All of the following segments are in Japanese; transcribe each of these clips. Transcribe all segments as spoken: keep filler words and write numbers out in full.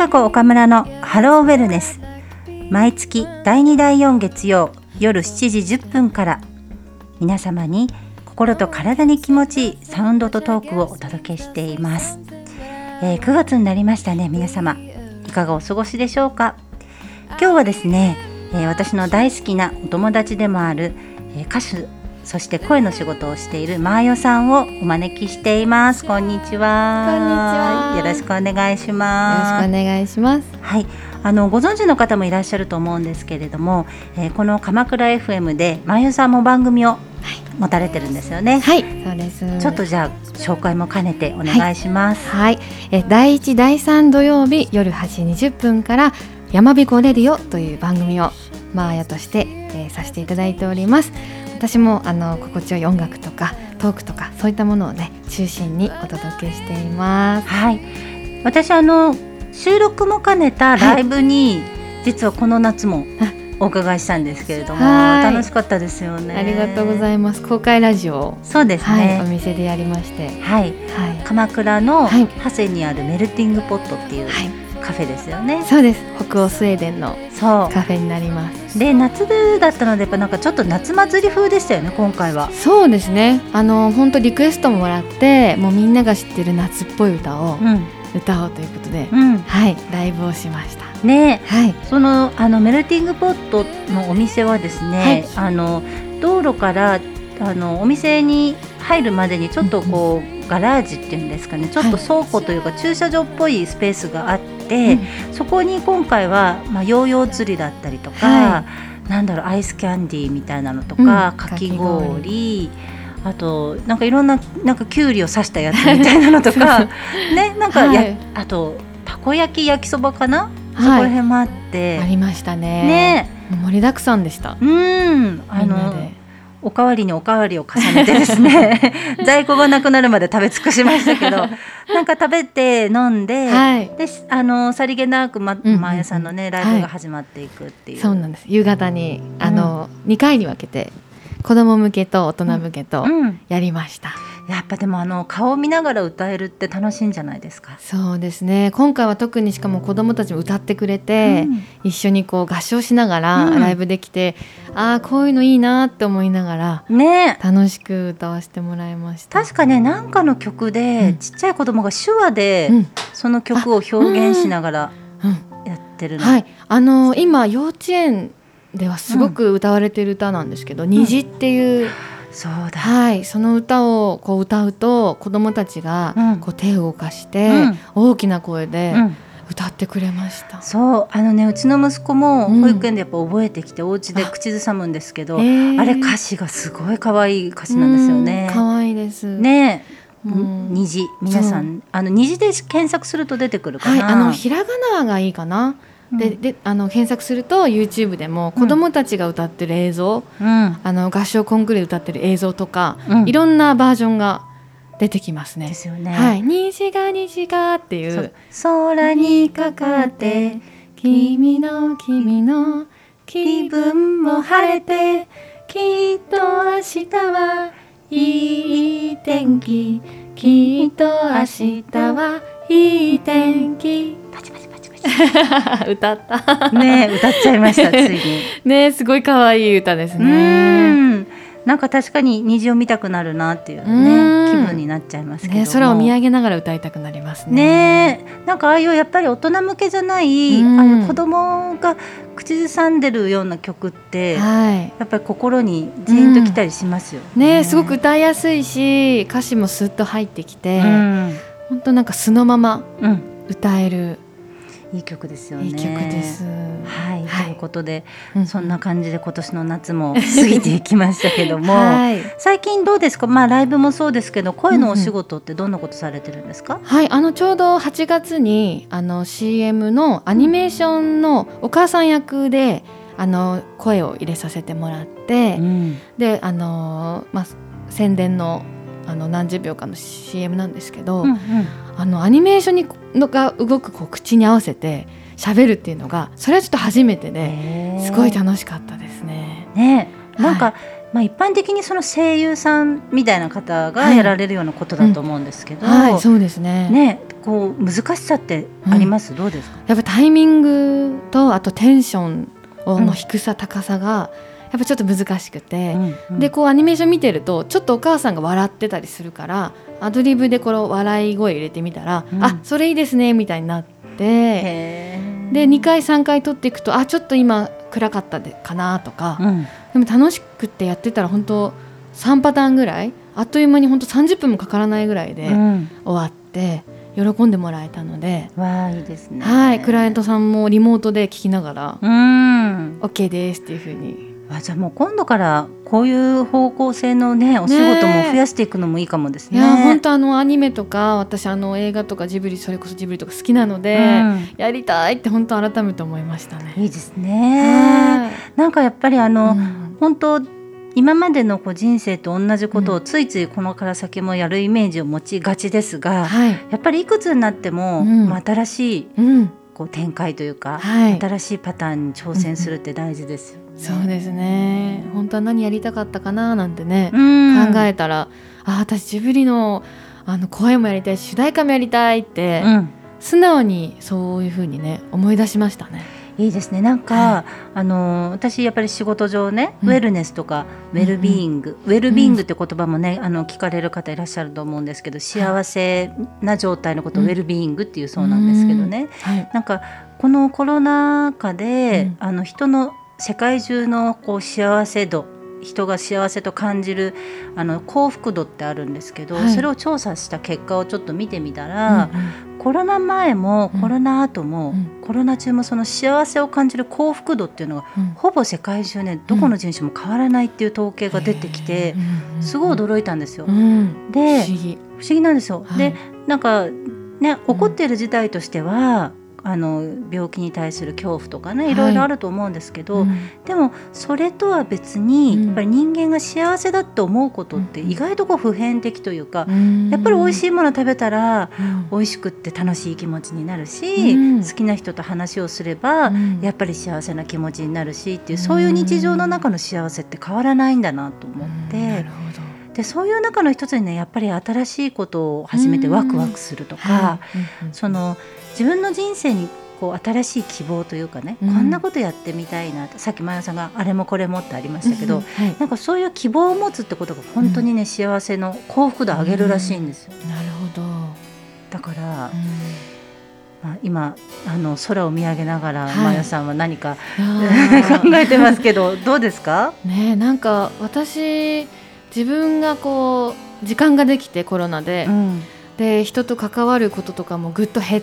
子岡村のハローウェルネス、毎月だいにだいよん月曜夜しちじじゅっぷんから皆様に心と体に気持ちいいサウンドとトークをお届けしています。えー、くがつになりましたね。皆様いかがお過ごしでしょうか。今日はですね、えー、私の大好きなお友達でもある、えー、歌手そして声の仕事をしているマーヨさんをお招きしています。こんにちは。 こんにちは。 よろしくお願いします。 よろしくお願いします。 はい、あのご存知の方もいらっしゃると思うんですけれども、えー、この鎌倉 エフエム でマーヨさんも番組を持たれてるんですよね。 はい、そうです。 ちょっとじゃあ紹介も兼ねてお願いします。 はい、はい、えだいいちだいさん土曜日夜はちじにじゅっぷんからやまびこレディオという番組をマーヤとして、えー、させていただいております。私もあの心地よい音楽とかトークとかそういったものをね中心にお届けしています。 はい、私あの収録も兼ねたライブに、はい、実はこの夏もお伺いしたんですけれども、楽しかったですよね。 ありがとうございます。公開ラジオ、 そうですね、 はい、お店でやりまして、 はいはい、鎌倉の長谷にあるメルティングポットっていう、はい、カフェですよね。 そうです。北欧スウェーデンのカフェになります。 で夏だったのでやっぱなんかちょっと夏祭り風でしたよね今回は。 そうですね、あの本当リクエストももらってもうみんなが知ってる夏っぽい歌を歌おうということで、うんはい、ライブをしましたね。はい、そのあのメルティングポットのお店はですね、はい、あの道路からあのお店に入るまでにちょっとこう、うんうん、ガラージっていうんですかね、ちょっと倉庫というか駐車場っぽいスペースがあって、うん、そこに今回は、まあ、ヨーヨー釣りだったりとか、はい、なんだろうアイスキャンディーみたいなのとか、うん、かき氷、あとなんかいろんななんかきゅうりを刺したやつみたいなのとかね、なんかや、はい、あとたこ焼き焼きそばかな、はい、そこら辺もあってありましたね。 ね、 盛りだくさんでした。 うん、あのおかわりにおかわりを重ねてですね在庫がなくなるまで食べ尽くしましたけどなんか食べて飲んで、はい、であのさりげなく、ま、マーヤさんのね、うんうんうん、ライブが始まっていくっていう、はい、 そうなんです。夕方にあの、うん、にかいに分けて子供向けと大人向けとやりました、 うんうん、やっぱでもあの顔を見ながら歌えるって楽しいんじゃないですか。 そうですね、今回は特にしかも子供たちも歌ってくれて、うん、一緒にこう合唱しながらライブできて、うん、ああこういうのいいなって思いながら、ね、楽しく歌わせてもらいました。 確かね、なんかの曲で、うん、ちっちゃい子供が手話で、うん、その曲を表現しながらやってるの、 はい、あの今幼稚園ではすごく歌われている歌なんですけど、うん、虹っていう、うん、 そうだ、 はい、その歌をこう歌うと子どもたちがこう手を動かして、うん、大きな声で歌ってくれました、うん、 そうあのね、うちの息子も保育園でやっぱ覚えてきて、うん、お家で口ずさむんですけど、あ,、えー、あれ歌詞がすごい可愛い歌詞なんですよね。 可愛いですね。うん、虹、皆さんあの虹で検索すると出てくるかな、 はい、あのひらがながいいかな。でであの検索すると YouTube でも子どもたちが歌ってる映像、うん、あの合唱コンクールで歌ってる映像とか、うん、いろんなバージョンが出てきますね。 ですよね、 はい、虹が虹がっていう空にかかって君の君の気分も晴れてきっと明日はいい天気きっと明日はいい天気パチパチパチ歌ったね、歌っちゃいましたついにね、すごい可愛い歌ですね。 うん、なんか確かに虹を見たくなるなっていう、ね、気分になっちゃいますけども、 ね、空を見上げながら歌いたくなりますね。 ね、なんかああいうやっぱり大人向けじゃない、あの子供が口ずさんでるような曲って、はい、やっぱり心にジーンときたりしますよ、 うん、ね、すごく歌いやすいし歌詞もスッと入ってきて、うん、本当なんか素のまま歌える、 うん、いい曲ですよね。 いい曲です、 はい、はい、ということで、うん、そんな感じで今年の夏も過ぎていきましたけども、はい、最近どうですか、まあ、ライブもそうですけど声のお仕事ってどんなことされてるんですか？ うん、はい、あのちょうどはちがつにあの シーエム のアニメーションのお母さん役であの声を入れさせてもらって、うん、であの、まあ、宣伝のあの何十秒かの シーエム なんですけど、うんうん、あのアニメーションにのが動くこう口に合わせて喋るっていうのがそれはちょっと初めてですごい楽しかったですね。 ね、なんか、はい、まあ、一般的にその声優さんみたいな方がやられるようなことだと思われるんですけど、 はい、うんはい、そうですね。 ね、 こう難しさってあります、うん、どうですか？ やっぱタイミングとあとテンションの低さ、うん、高さがやっぱちょっと難しくて、うんうん、でこうアニメーション見てるとちょっとお母さんが笑ってたりするからアドリブでこの笑い声入れてみたら、うん、あそれいいですねみたいになって、でにかいさんかい撮っていくとあちょっと今暗かったでかなとか、うん、でも楽しくってやってたら本当さんパターンぐらいあっという間に本当さんじゅっぷんもかからないぐらいで終わって喜んでもらえたので、 うん、わあいいですね。 はい、クライアントさんもリモートで聞きながら、うん、OK ですっていう風に。 あじゃあもう今度からこういう方向性のねお仕事も増やしていくのもいいかもですね。 いや本当あのアニメとか私あの映画とかジブリそれこそジブリとか好きなので、うん、やりたいって本当改めて思いましたね。 いいですね。なんかやっぱりあの、うん、本当今までのこう人生と同じことをついついこのから先もやるイメージを持ちがちですが、はい、やっぱりいくつになっても、うんまあ、新しい、うんこう展開というか、はい、新しいパターンに挑戦するって大事ですよね、 うん、そうですね。本当は何やりたかったかななんてね、うん、考えたらあ私ジブリ の, あの声もやりたいし主題歌もやりたいって、うん、素直にそういう風にね思い出しましたね。 いいですね。なんか、はい、あの私やっぱり仕事上ね、うん、ウェルネスとかウェルビーイング、うん、ウェルビーイングって言葉もね、うん、あの聞かれる方いらっしゃると思うんですけど、幸せな状態のことをウェルビーイングっていうそうなんですけどね、うんはい、なんかこのコロナ禍で、うん、あの人の世界中のこう幸せ度人が幸せと感じるあの幸福度ってあるんですけど、はい、それを調査した結果をちょっと見てみたら、うんうん、コロナ前もコロナ後も、うん、コロナ中もその幸せを感じる幸福度っていうのが、うん、ほぼ世界中ねどこの人種も変わらないっていう統計が出てきて、うん、すごい驚いたんですよ、うん、で不思議、不思議なんですよ、はい、でなんかね起こっている事態としては、あの病気に対する恐怖とかねいろいろあると思うんですけど、はいうん、でもそれとは別に、うん、やっぱり人間が幸せだって思うことって意外とこう普遍的というか、うん、やっぱり美味しいもの食べたら、うん、美味しくって楽しい気持ちになるし、うん、好きな人と話をすれば、うん、やっぱり幸せな気持ちになるしっていう、そういう日常の中の幸せって変わらないんだなと思って、うん、なるほど。でそういう中の一つにねやっぱり新しいことを始めてワクワクするとか、はい、その自分の人生にこう新しい希望というかね、うん、こんなことやってみたいなと、さっきまやさんがあれもこれもってありましたけど、うんはい、なんかそういう希望を持つってことが本当にね、うん、幸せの幸福度を上げるらしいんですよ、 うん、なるほど。 だから、うんまあ、今あの空を見上げながら、はい、まやさんは何か考えてますけどどうですか？ ね、なんか私自分がこう時間ができてコロナで、うんで人と関わることとかもぐっと減って、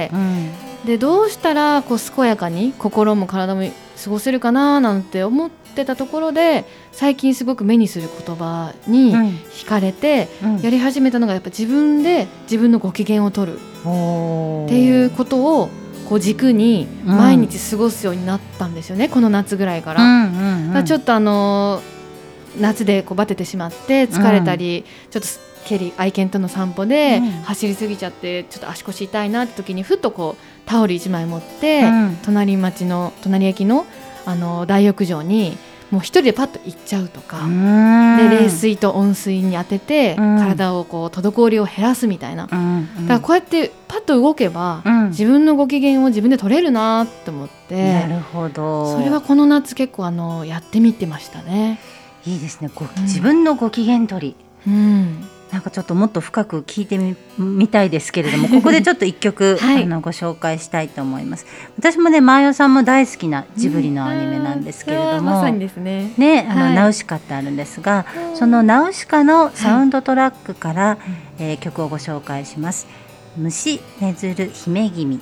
うん、でどうしたらこう健やかに心も体も過ごせるかななんて思ってたところで最近すごく目にする言葉に惹かれて、うんうん、やり始めたのがやっぱ自分で自分のご機嫌を取るっていうことをこう軸に毎日過ごすようになったんですよね、うん、この夏ぐらいから、うんうんうん、だからちょっとあの夏でこうバテてしまって疲れたり、うん、ちょっとケリー愛犬との散歩で走りすぎちゃってちょっと足腰痛いなって時にふっとこうタオルいちまい持って、うん、隣町の隣駅 の, あの大浴場にもう一人でパッと行っちゃうとかで冷水と温水に当てて、うん、体をこう滞りを減らすみたいな、うんうん、だからこうやってパッと動けば、うん、自分のご機嫌を自分で取れるなと思って、 なるほど。 それはこの夏結構あのやってみてましたね。 いいですね、ご、うん、自分のご機嫌取り、うんなんかちょっともっと深く聞いて み, みたいですけれどもここでちょっと一曲、はい、あのご紹介したいと思います。私もねマーヨさんも大好きなジブリのアニメなんですけれども、うん、 まさにですね、 ねあの、はい、ナウシカってあるんですが、そのナウシカのサウンドトラックから、はいえー、曲をご紹介します。虫ねずる姫君、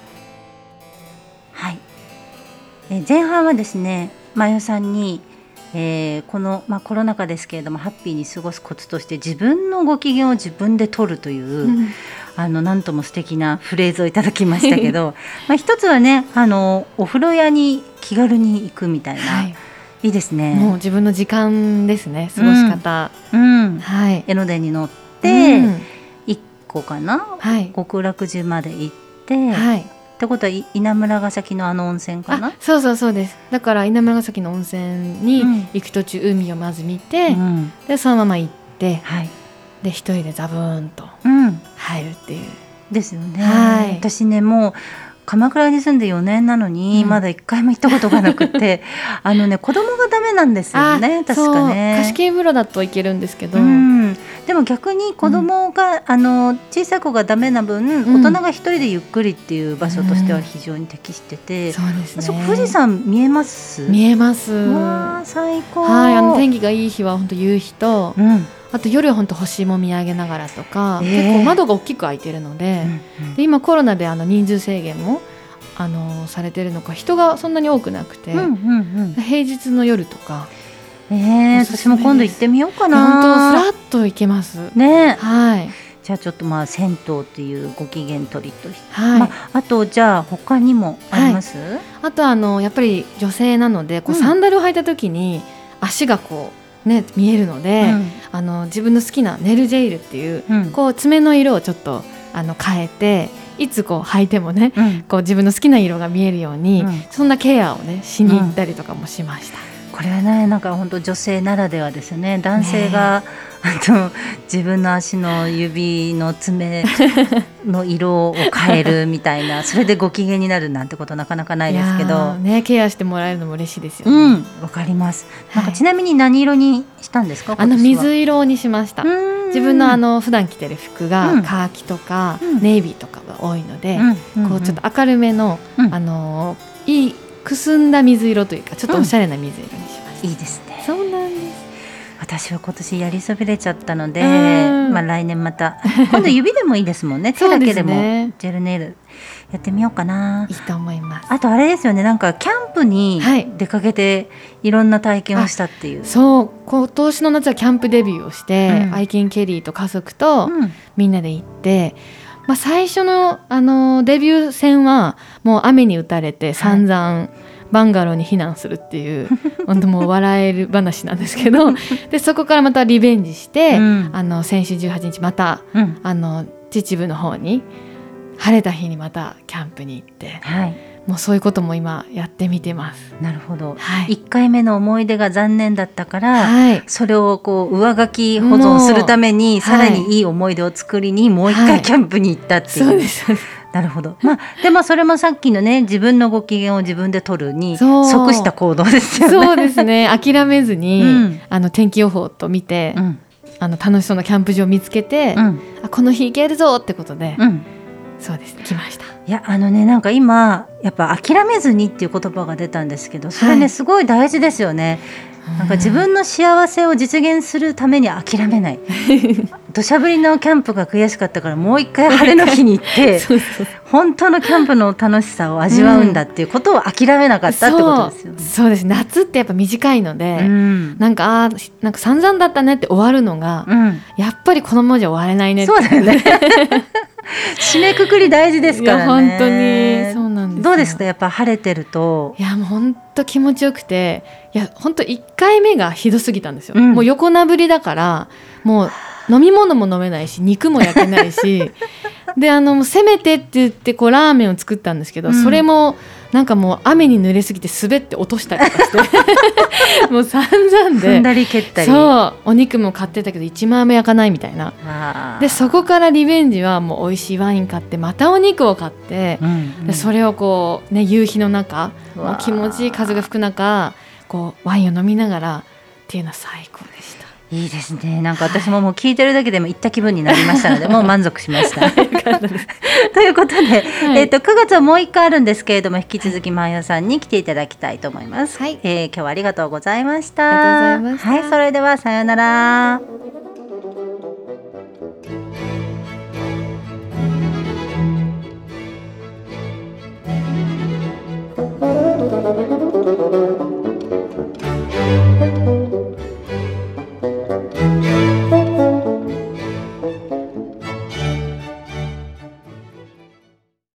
はいえー、前半はですねマーヨさんにえー、この、まあ、コロナ禍ですけれどもハッピーに過ごすコツとして自分のご機嫌を自分で取るという、うん、あのなんとも素敵なフレーズをいただきましたけどまあ一つはねあのお風呂屋に気軽に行くみたいな、はい、いいですね。 もう自分の時間ですね、過ごし方、 うんうんはい、江ノ電に乗って、うん、いっこかな、はい、極楽寺まで行って、はいってことは稲村ヶ崎のあの温泉かな。 あそうそうそうです。だから稲村ヶ崎の温泉に行く途中、うん、海をまず見て、うん、でそのまま行って、はい、で一人でザブーンと入るっていう、 ですよね、 はい、 私ねもう鎌倉に住んでよねんなのに、うん、まだいっかいも行ったことがなくてあのね子供がダメなんですよね確かね。 貸し切り風呂だといけるんですけど、 うん、でも逆に子供が、うん、あの小さい子がダメな分、うん、大人が一人でゆっくりっていう場所としては非常に適してて、うん、 そうですね、 そ富士山見えます？ 見えます。 わー最高。 はい、あの天気がいい日は本当夕日と、うん、あと夜は本当星も見上げながらとか、えー、結構窓が大きく開いてるので、うんうん、で今コロナであの人数制限もあのされてるのか人がそんなに多くなくて、うんうんうん、平日の夜とか、 えー、私も今度行ってみようかな。 本当フラッと行けますね。 はい、 じゃあちょっとまあ銭湯っていうご機嫌取りとして、はい、まあ、あとじゃあ他にもあります？はい、 あとあのやっぱり女性なのでこう、うん、サンダルを履いた時に足がこうね見えるので、うん、あの自分の好きなネルジェイルっていう、うん、こう爪の色をちょっとあの変えていつこう履いてもね、うん、こう自分の好きな色が見えるように、うん、そんなケアをねしに行ったりとかもしました。 うん、これはねなんか本当女性ならではですよね。男性が、ね、あの自分の足の指の爪の色を変えるみたいなそれでご機嫌になるなんてことなかなかないですけど、 ね、ケアしてもらえるのも嬉しいですよね。 うん、わかります。なんかちなみに何色にしたんですか？ あの水色にしました。自分のあの普段着てる服がカーキとか、うん、ネイビーとかが多いので、うん、こうちょっと明るめの、うん、あのいいくすんだ水色というかちょっとおしゃれな水色にしました。 いいですね。 そうなんです。 私は今年やりそびれちゃったので、まあ、来年また今度指でもいいですもんね手だけでもジェルネイルやってみようかな。 いいと思います。 あとあれですよね、なんかキャンプに出かけていろんな体験をしたっていう、はい、 そう今年の夏はキャンプデビューをして、うん、アイキンケリーと家族とみんなで行って、うんまあ、最初 の, あのデビュー戦はもう雨に打たれて散々、はいバンガローに避難するっていう本当もう笑える話なんですけどでそこからまたリベンジして、うん、あの先週じゅうはちにちまた、うん、あの秩父の方に晴れた日にまたキャンプに行って、はい、もうそういうことも今やってみてます。 なるほど、はい、いっかいめの思い出が残念だったから、はい、それをこう上書き保存するためにさらにいい思い出を作りにもう一回キャンプに行ったっていう、はい、そうですそうです。なるほど、まあ、でもそれもさっきのね自分のご機嫌を自分で取るに即した行動ですよね。 そうですね諦めずに、うん、あの天気予報と見て、うん、あの楽しそうなキャンプ場を見つけて、うん、あこの日行けるぞってことで、うん、そうです来ました。 いやあのねなんか今やっぱ諦めずにっていう言葉が出たんですけどそれね、はい、すごい大事ですよね。なんか自分の幸せを実現するために諦めない土砂降りのキャンプが悔しかったからもう一回晴れの日に行ってそうそう本当のキャンプの楽しさを味わうんだっていうことを諦めなかったってことですよね。 うん、そう、そうです夏ってやっぱ短いので、うん、なんかあなんか散々だったねって終わるのが、うん、やっぱりこのままじゃ終われないねって。 そうだよね締めくくり大事ですからね。 いや本当にそうなんですよ。 どうですかやっぱ晴れてると。 いやもう本当気持ちよくていや本当いっかいめがひどすぎたんですよ、うん、もう横なぶりだからもう飲み物も飲めないし肉も焼けないしであのせめてって言ってこうラーメンを作ったんですけど、うん、それもなんかもう雨に濡れすぎて滑って落としたりとかしてもう散々で踏んだり蹴ったりそうお肉も買ってたけどいちまいも焼かないみたいなでそこからリベンジはもう美味しいワイン買ってまたお肉を買って、うんうん、でそれをこう、ね、夕日の中もう気持ちいい風が吹く中こうワインを飲みながらっていうのは最高でした。 いいですね。なんか私ももう聞いてるだけでも行った気分になりましたのでもう満足しましたということで、はいえー、とくがつはもういっかいあるんですけれども引き続きまーよさんに来ていただきたいと思います、はいえー、今日はありがとうございました。 ありがとうございました。 はい、それではさようなら。